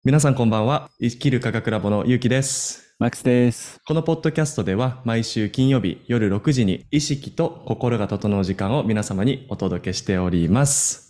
皆さんこんばんは。生きる科学ラボのゆうきです。 マックスです。 このポッドキャストでは毎週金曜日夜6時に意識と心が整う時間を皆様にお届けしております。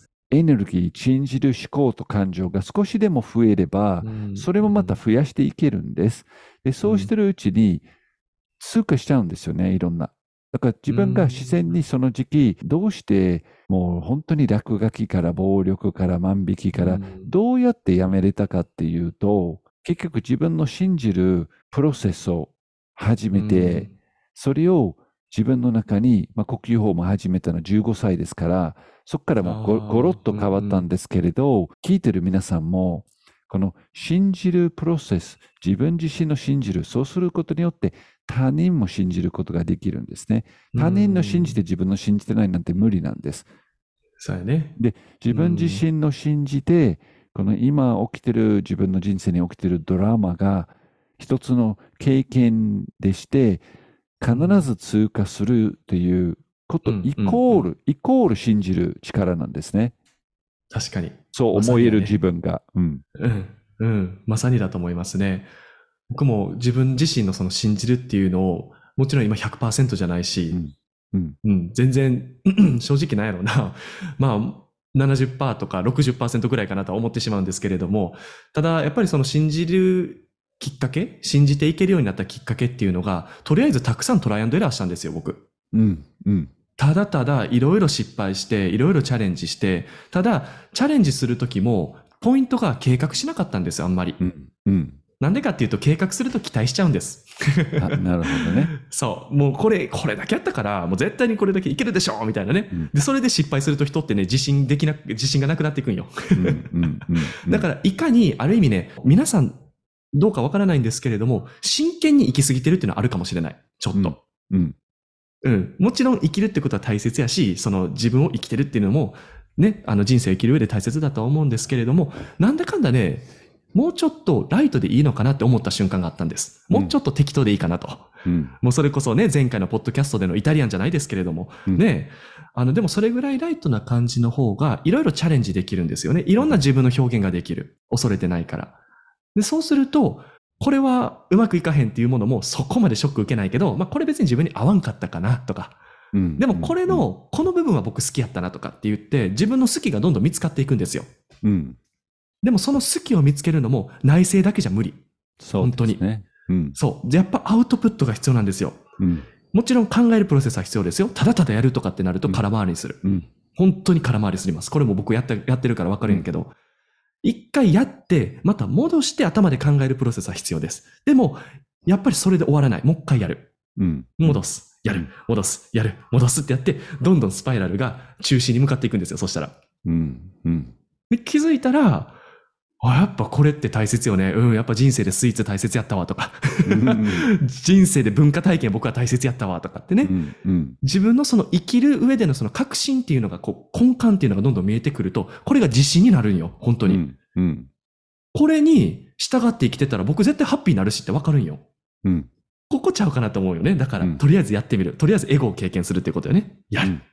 エネルギー、信じる思考と感情が少しでも増えれば、それもまた増やしていけるんです。で、そうしてるうちに通過しちゃうんですよね、いろんな。だから自分が自然にその時期、どうしてもう本当に落書きから暴力から万引きからどうやってやめれたかっていうと、結局自分の信じるプロセスを始めて、それを自分の中に、呼吸法も始めたの15歳ですから、そこからもうごろっと変わったんですけれど、聞いてる皆さんも、この信じるプロセス、自分自身の信じる、そうすることによって他人も信じることができるんですね。他人の信じて自分の信じてないなんて無理なんです。 そうやね。 で、自分自身の信じて、この今起きてる自分の人生に起きてるドラマが一つの経験でして、必ず通過するということイコール信じる力なんですね。 確かに。 そう思える自分が。 まさにだと思いますね。僕も自分自身のその信じるっていうのを、もちろん今100%じゃないし、全然正直なんやろうな。まあ、70%とか60%ぐらいかなとは思ってしまうんですけれども、ただやっぱりその信じるきっかけ、信じていけるようになったきっかけっていうのが、とりあえずたくさんトライアンドエラーしたんですよ、僕。ただただいろいろ失敗して、いろいろチャレンジして、ただチャレンジするときも、ポイントが計画しなかったんですよ、あんまり。なんでかっていうと、計画すると期待しちゃうんです。 なるほどね。 そう。もうこれだけやったから、もう絶対にこれだけいけるでしょみたいなね。で、それで失敗すると人ってね、自信がなくなっていくんよ。だから、いかに、ある意味ね、皆さん、どうかわからないんですけれども、真剣に生きすぎてるっていうのはあるかもしれない。ちょっと。もちろん生きるってことは大切やし、その自分を生きてるっていうのも、ね、人生を生きる上で大切だとは思うんですけれども、なんだかんだね、もうちょっとライトでいいのかなって思った瞬間があったんです。もうちょっと適当でいいかなと。もうそれこそね、前回のポッドキャストでのイタリアンじゃないですけれども、ね、でもそれぐらいライトな感じの方が、いろいろチャレンジできるんですよね。いろんな自分の表現ができる。恐れてないから。で、そうすると、これはうまくいかへんっていうものもそこまでショック受けないけど、これ別に自分に合わんかったかなとか。でもこの部分は僕好きやったなとかって言って、自分の好きがどんどん見つかっていくんですよ。でもその好きを見つけるのも内省だけじゃ無理。本当に。そう。やっぱアウトプットが必要なんですよ。もちろん考えるプロセスは必要ですよ。ただただやるとかってなると空回りにする。本当に空回りすります。これも僕やってるから分かるんやけど、一回やって、また戻して頭で考えるプロセスは必要です。でも、やっぱりそれで終わらない。もう一回やる。戻す。やる。戻す。やる。戻すってやって、どんどんスパイラルが中心に向かっていくんですよ。そしたら。で気づいたら、やっぱこれって大切よね。やっぱ人生でスイーツ大切やったわとか。人生で文化体験僕は大切やったわとかってね。自分のその生きる上でのその確信っていうのが、根幹っていうのがどんどん見えてくると、これが自信になるんよ。本当に。これに従って生きてたら僕絶対ハッピーになるしってわかるんよ。ここちゃうかなと思うよね。だから、とりあえずやってみる。とりあえずエゴを経験するっていうことよね。やる。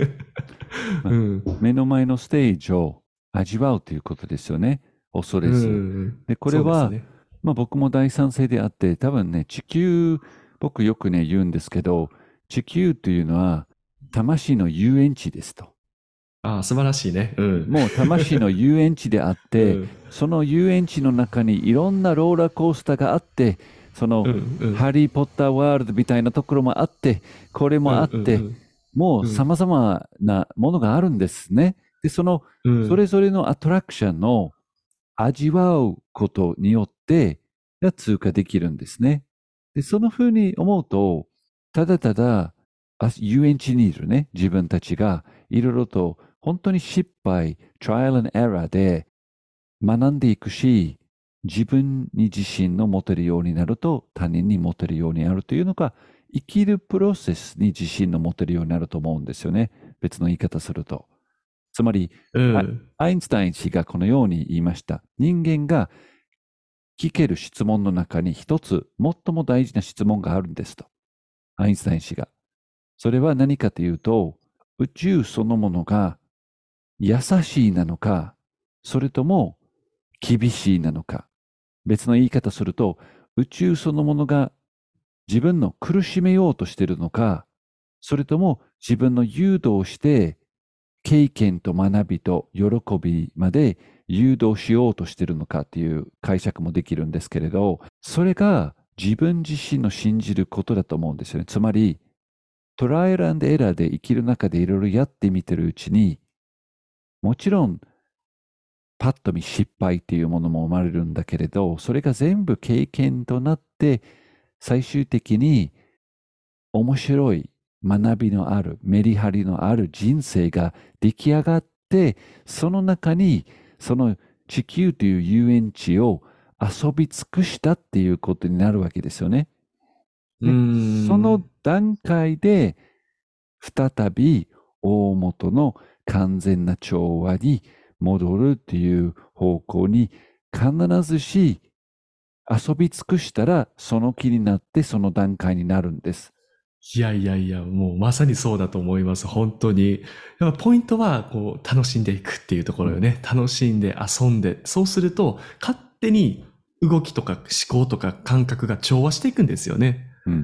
目の前のステージを味わうということですよね。恐れず。で、これは、僕も大賛成であって、多分ね、僕よくね、言うんですけど、地球というのは、魂の遊園地ですと。 素晴らしいね。 もう魂の遊園地であって、その遊園地の中にいろんなローラーコースターがあって、その、ハリー・ポッターワールドみたいなところもあって、これもあって、もう様々なものがあるんですね。で、それぞれのアトラクションの味わうことによって通過できるんですね。で、そのふうに思うと、ただただ遊園地にいるね、自分たちがいろいろと本当に失敗、トライアルエラーで学んでいくし、自分に自信の持てるようになると他人に持てるようになるというのが、生きるプロセスに自信の持てるようになると思うんですよね。別の言い方すると。つまり、アインシュタイン氏がこのように言いました。人間が聞ける質問の中に一つ、最も大事な質問があるんですと。アインシュタイン氏が。それは何かというと、宇宙そのものが優しいなのか、それとも厳しいなのか。 別の言い方すると、宇宙そのものが自分の苦しめようとしているのか、それとも自分の誘導して、経験と学びと喜びまで誘導しようとしているのかっていう解釈もできるんですけれど、それが自分自身の信じることだと思うんですよね。つまり、トライアル&エラーで生きる中でいろいろやってみてるうちに、もちろん、パッと見失敗っていうものも生まれるんだけれど、それが全部経験となって、最終的に面白い学びのある、メリハリのある人生が出来上がって、その中に、その地球という遊園地を遊び尽くしたっていうことになるわけですよね。で、その段階で、再び大元の完全な調和に戻るっていう方向に必ずし遊び尽くしたらその気になってその段階になるんです。 いやいやいや、もうまさにそうだと思います。本当に。やっぱポイントは、こう、楽しんでいくっていうところよね。楽しんで遊んで。そうすると、勝手に動きとか思考とか感覚が調和していくんですよね。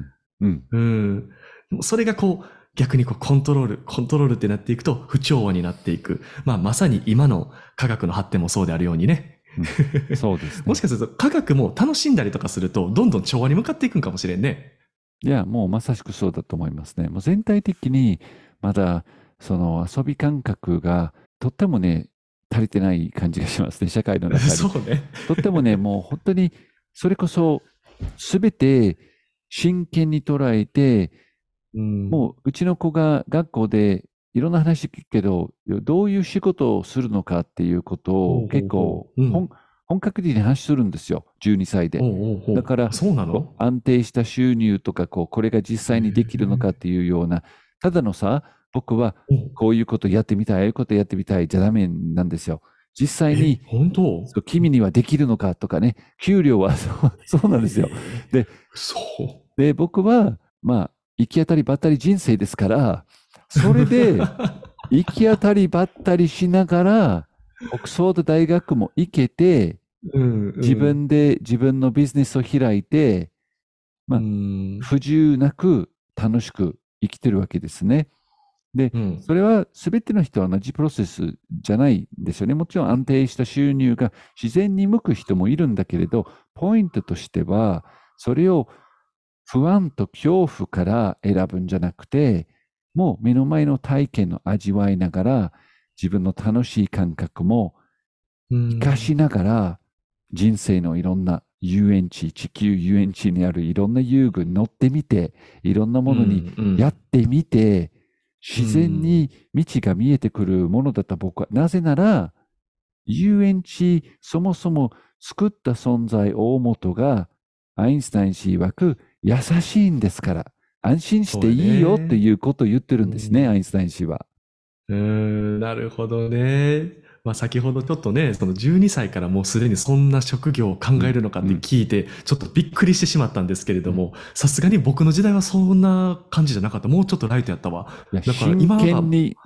それがこう、逆にこうコントロールってなっていくと不調和になっていく。まさに今の科学の発展もそうであるようにね。 そうですね。 もしかすると科学も楽しんだりとかすると、どんどん調和に向かっていくんかもしれんね。 いや、もうまさしくそうだと思いますね。もう全体的にまだその遊び感覚がとってもね、足りてない感じがしますね、社会の中に。 そうね。 とってもね、もう本当にそれこそ全て真剣に捉えて、もううちの子が学校でいろんな話聞くけど、どういう仕事をするのかっていうことを結構本格的に話するんですよ、12歳で。だから、 そうなの？ 安定した収入とか、これが実際にできるのかっていうような、ただのさ、僕はこういうことやってみたい、ああいうことやってみたいじゃダメなんですよ。実際に、 本当？ 君にはできるのかとかね、給料はそうなんですよ。で、僕は、行き当たりばったり人生ですから、それで、行き当たりばったりしながら、オックスフォード大学も行けて、自分で自分のビジネスを開いて、不自由なく楽しく生きてるわけですね。で、それは全ての人は同じプロセスじゃないんですよね。もちろん安定した収入が自然に向く人もいるんだけれど、ポイントとしては、それを不安と恐怖から選ぶんじゃなくて、もう目の前の体験を味わいながら、自分の楽しい感覚も生かしながら、人生のいろんな遊園地、地球遊園地にあるいろんな遊具に乗ってみて、いろんなものにやってみて、自然に道が見えてくるものだと僕は。なぜなら、遊園地、そもそも作った存在大元が、アインシュタイン氏曰く、優しいんですから、安心していいよっていうことを言ってるんですね、アインシュタイン氏は。 なるほどね。先ほどちょっとね、その12歳からもうすでにそんな職業を考えるのかって聞いて、ちょっとびっくりしてしまったんですけれども、さすがに僕の時代はそんな感じじゃなかった。もうちょっとライトやったわ。 だから今は、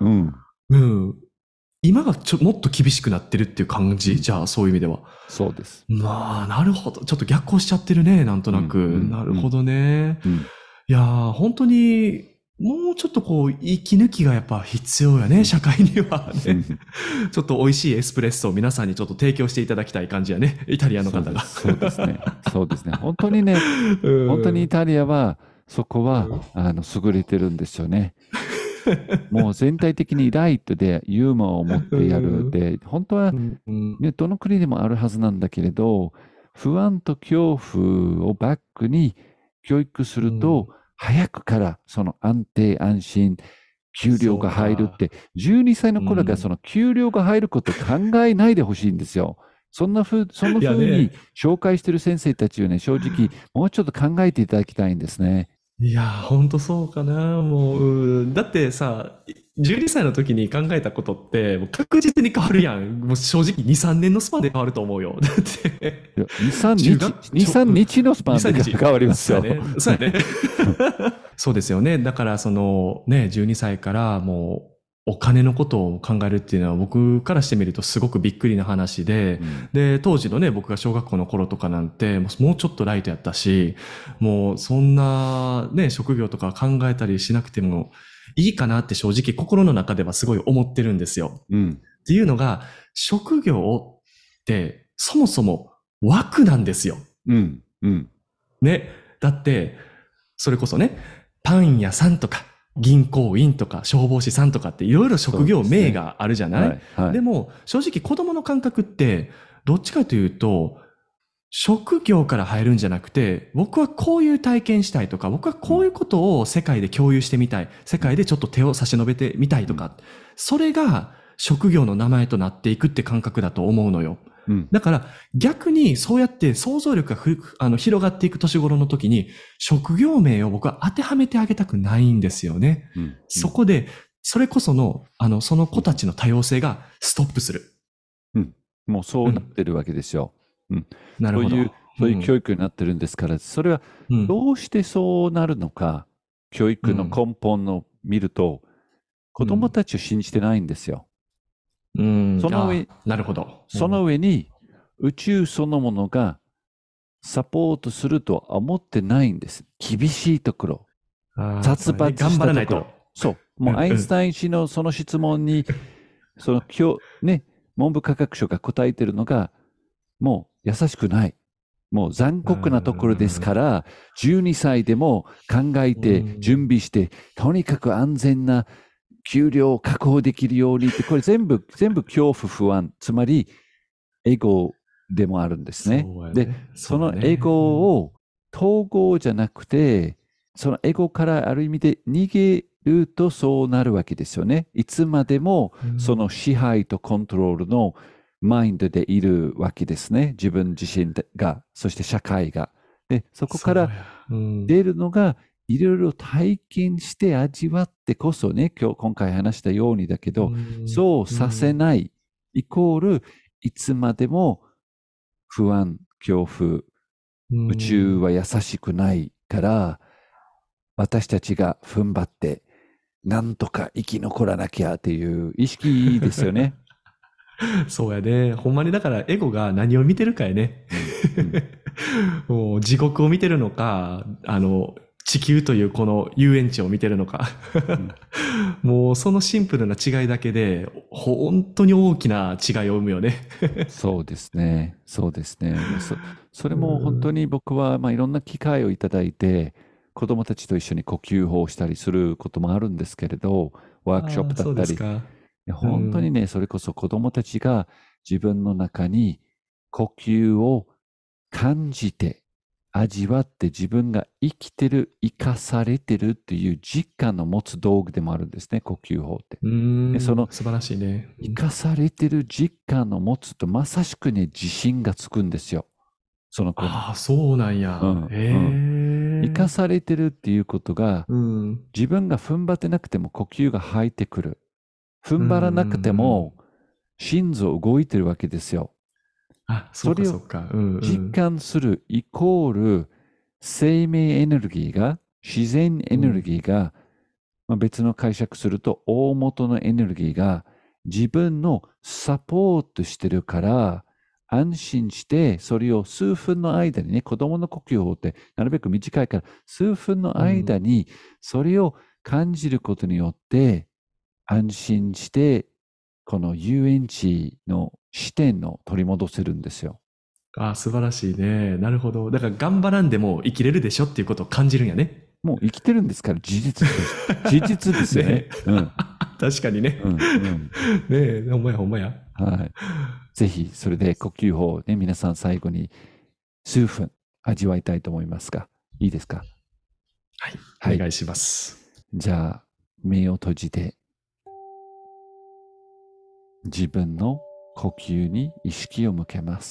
今がもっと厳しくなってるっていう感じ、じゃあそういう意味では。 そうです。 なるほど。ちょっと逆行しちゃってるね、なんとなく。なるほどね。いやー、本当に、もうちょっとこう、息抜きがやっぱ必要やね、社会にはね。ちょっと美味しいエスプレッソを皆さんにちょっと提供していただきたい感じやね、イタリアの方が。 そうですね。そうですね。本当にね、本当にイタリアは、そこは、優れてるんですよね。もう全体的にライトでユーモアを持ってやるで、本当は、ね、どの国でもあるはずなんだけれど、不安と恐怖をバックに教育すると、早くからその安定安心、給料が入るって、12歳の頃がその給料が入ることを考えないでほしいんですよ。そんな風に紹介してる先生たちをね、正直もうちょっと考えていただきたいんですね。 いやー、ほんとそうかな。もう、だってさ、12歳の時に考えたことって、もう確実に変わるやん。もう正直2、3年のスパンで変わると思うよ。だって。 2、3日のスパンで変わりますよ。 そうやね。そうですよね。だから、その、ね、12歳からもお金のことを考えるっていうのは僕からしてみるとすごくびっくりな話で、で、当時のね、僕が小学校の頃とかなんて、もうちょっとライトやったし、もうそんなね、職業とか考えたりしなくてもいいかなって正直心の中ではすごい思ってるんですよ。っていうのが、職業ってそもそも枠なんですよ。ね。だって、それこそね、パン屋さんとか、銀行員とか消防士さんとかっていろいろ職業名があるじゃない？でも正直子供の感覚ってどっちかというと職業から入るんじゃなくて、僕はこういう体験したいとか、僕はこういうことを世界で共有してみたい、世界でちょっと手を差し伸べてみたいとか、それが職業の名前となっていくって感覚だと思うのよ。だから逆にそうやって想像力が広がっていく年頃の時に職業名を僕は当てはめてあげたくないんですよね。そこでそれこそのその子たちの多様性がストップする。 もうそうなってるわけですよ。 なるほど。 そういう教育になってるんですから、それはどうしてそうなるのか、教育の根本を見ると、子供たちを信じてないんですよ。その上に宇宙そのものがサポートするとは思ってないんです。厳しいところ。殺伐したところ。頑張らないと。そう。もうアインシュタイン氏のその質問に、文部科学省が答えてるのが、もう優しくない。もう残酷なところですから、12歳でも考えて、準備して、とにかく安全な給料を確保できるようにって、これ全部恐怖不安、つまりエゴでもあるんですね。で、そのエゴを統合じゃなくて、そのエゴからある意味で逃げるとそうなるわけですよね。いつまでもその支配とコントロールのマインドでいるわけですね。自分自身が、そして社会が。で、そこから出るのが、いろいろ体験して味わってこそね、今回話したようにだけど、そうさせないイコール、いつまでも不安、恐怖、宇宙は優しくないから、私たちが踏ん張って、なんとか生き残らなきゃっていう意識ですよね。 そうやね。ほんまにだからエゴが何を見てるかやね。もう地獄を見てるのか、地球というこの遊園地を見てるのか。もうそのシンプルな違いだけで、本当に大きな違いを生むよね。 そうですね。そうですね。それも本当に僕は、いろんな機会をいただいて、子供たちと一緒に呼吸法をしたりすることもあるんですけれど、ワークショップだったり、本当にね、それこそ子供たちが自分の中に呼吸を感じて、味わって自分が生きてる、生かされてるっていう実感の持つ道具でもあるんですね、呼吸法って。 その素晴らしいね。 生かされてる実感の持つとまさしくね、自信がつくんですよ。その子に。 ああ、そうなんや。 生かされてるっていうことが、自分が踏ん張ってなくても呼吸が入ってくる。踏ん張らなくても心臓動いてるわけですよ。それを実感するイコール生命エネルギーが、自然エネルギーが、別の解釈すると大元のエネルギーが自分のサポートしてるから安心してそれを数分の間にね、子供の呼吸法ってなるべく短いから数分の間にそれを感じることによって安心してこの遊園地の視点を取り戻せるんですよ。 ああ、素晴らしいね。なるほど。だから頑張らんでも生きれるでしょっていうことを感じるんやね。 もう生きてるんですから、事実です。事実ですよね。 確かにね。ねえ、ほんまやほんまや。 はい。ぜひ、それで呼吸法をね、皆さん最後に数分味わいたいと思いますが、いいですか？ はい。お願いします。 じゃあ、目を閉じて、自分の呼吸に意識を向けます。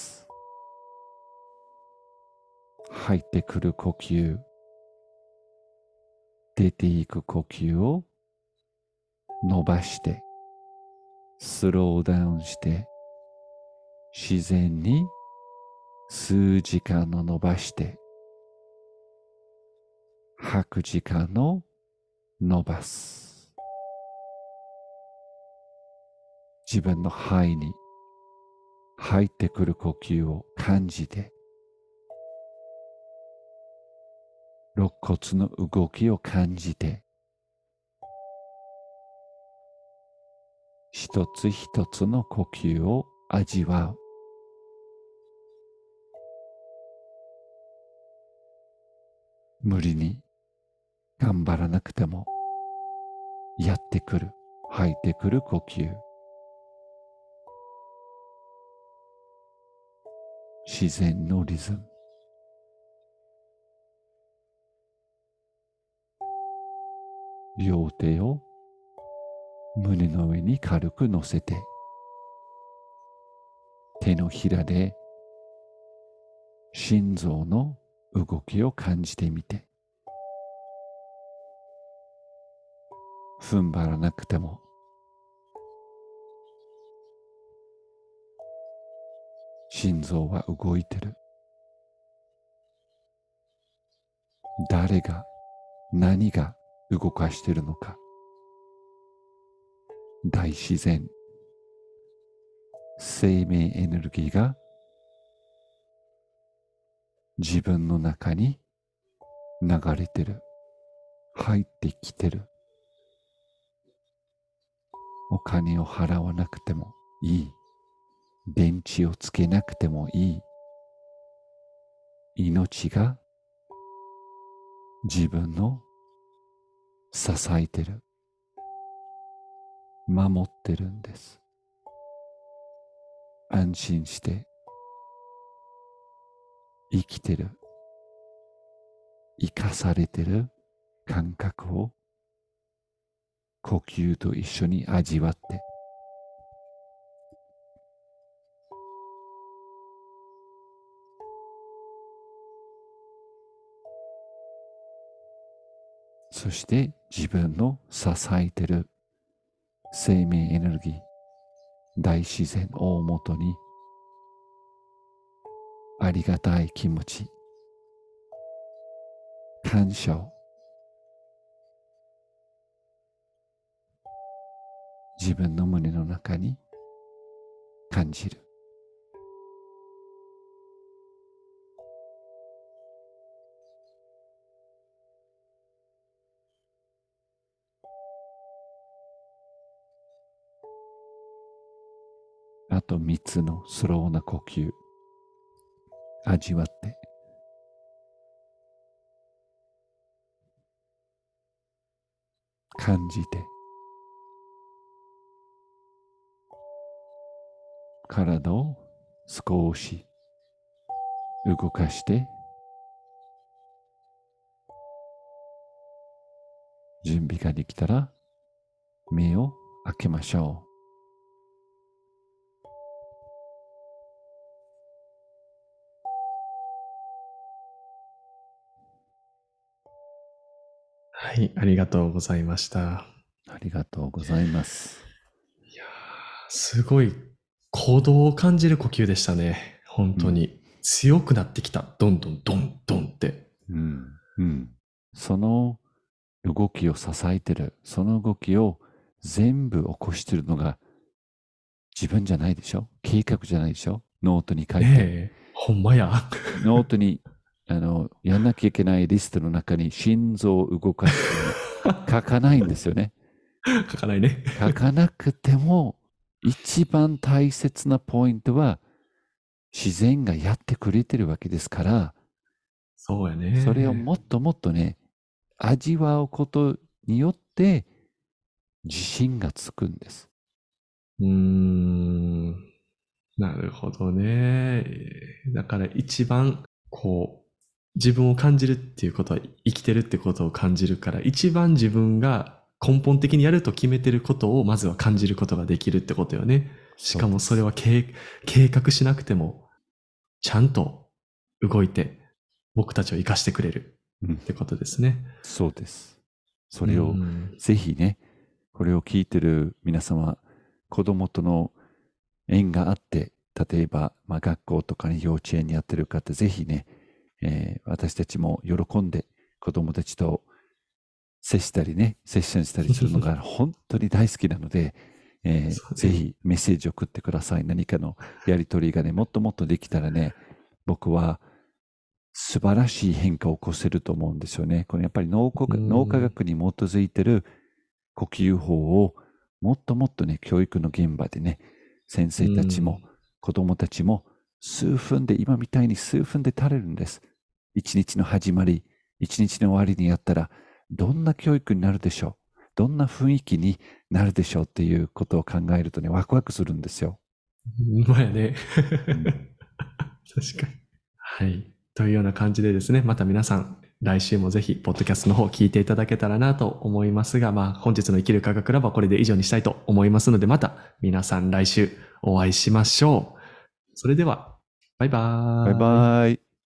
入ってくる呼吸、出ていく呼吸を伸ばして、スローダウンして、自然に数時間を伸ばして、吐く時間を伸ばす。 自分の肺に入ってくる呼吸を感じて、肋骨の動きを感じて、一つ一つの呼吸を味わう。無理に頑張らなくてもやってくる、入ってくる呼吸。自然のリズム。両手を胸の上に軽く乗せて、手のひらで心臓の動きを感じてみて、踏ん張らなくても心臓は動いてる。誰が何が動かしてるのか。大自然、生命エネルギーが自分の中に流れてる、入ってきてる。お金を払わなくてもいい。電池をつけなくてもいい。命が自分の支えてる。守ってるんです。安心して生きてる。生かされてる感覚を呼吸と一緒に味わって、そして自分の支えてる生命エネルギー、大自然大元にありがたい気持ち、感謝を自分の胸の中に感じる。あと3つのスローな呼吸、味わって、感じて、体を少し動かして、準備ができたら目を開けましょう。 はい、ありがとうございました。 ありがとうございます。 いやー、すごい鼓動を感じる呼吸でしたね。本当に。強くなってきた。どんどんどんどんって。 その動きを支えてる、その動きを全部起こしてるのが自分じゃないでしょ。計画じゃないでしょ。ノートに書いて。 ほんまや。 ノートにやんなきゃいけないリストの中に心臓を動かす書かないんですよね。 書かないね。 書かなくても一番大切なポイントは自然がやってくれてるわけですから、 そうやね。 それをもっともっとね、味わうことによって自信がつくんです。 なるほどね。だから一番自分を感じるっていうことは生きてるってことを感じるから、一番自分が根本的にやると決めてることをまずは感じることができるってことよね。しかもそれは計画しなくてもちゃんと動いて僕たちを生かしてくれるってことですね。 そうです。それをぜひね、これを聞いてる皆様、子供との縁があって、例えば、学校とかに幼稚園にやってる方、ぜひね、私たちも喜んで子供たちと接したりね、セッションしたりするのが本当に大好きなので、 ぜひメッセージを送ってください。何かのやりとりがね、もっともっとできたらね、僕は素晴らしい変化を起こせると思うんですよね。これやっぱり脳科学に基づいてる呼吸法をもっともっとね、教育の現場でね、先生たちも子供たちも数分で、今みたいに数分で足れるんです。一日の始まり、一日の終わりにやったら、どんな教育になるでしょう。どんな雰囲気になるでしょうっていうことを考えるとね、ワクワクするんですよ。 まあね。確かに。はい。というような感じでですね、また皆さん、来週もぜひ、ポッドキャストの方聞いていただけたらなと思いますが、本日の生きる科学ラボはこれで以上にしたいと思いますので、また皆さん来週お会いしましょう。それでは、バイバーイ。 バイバイ。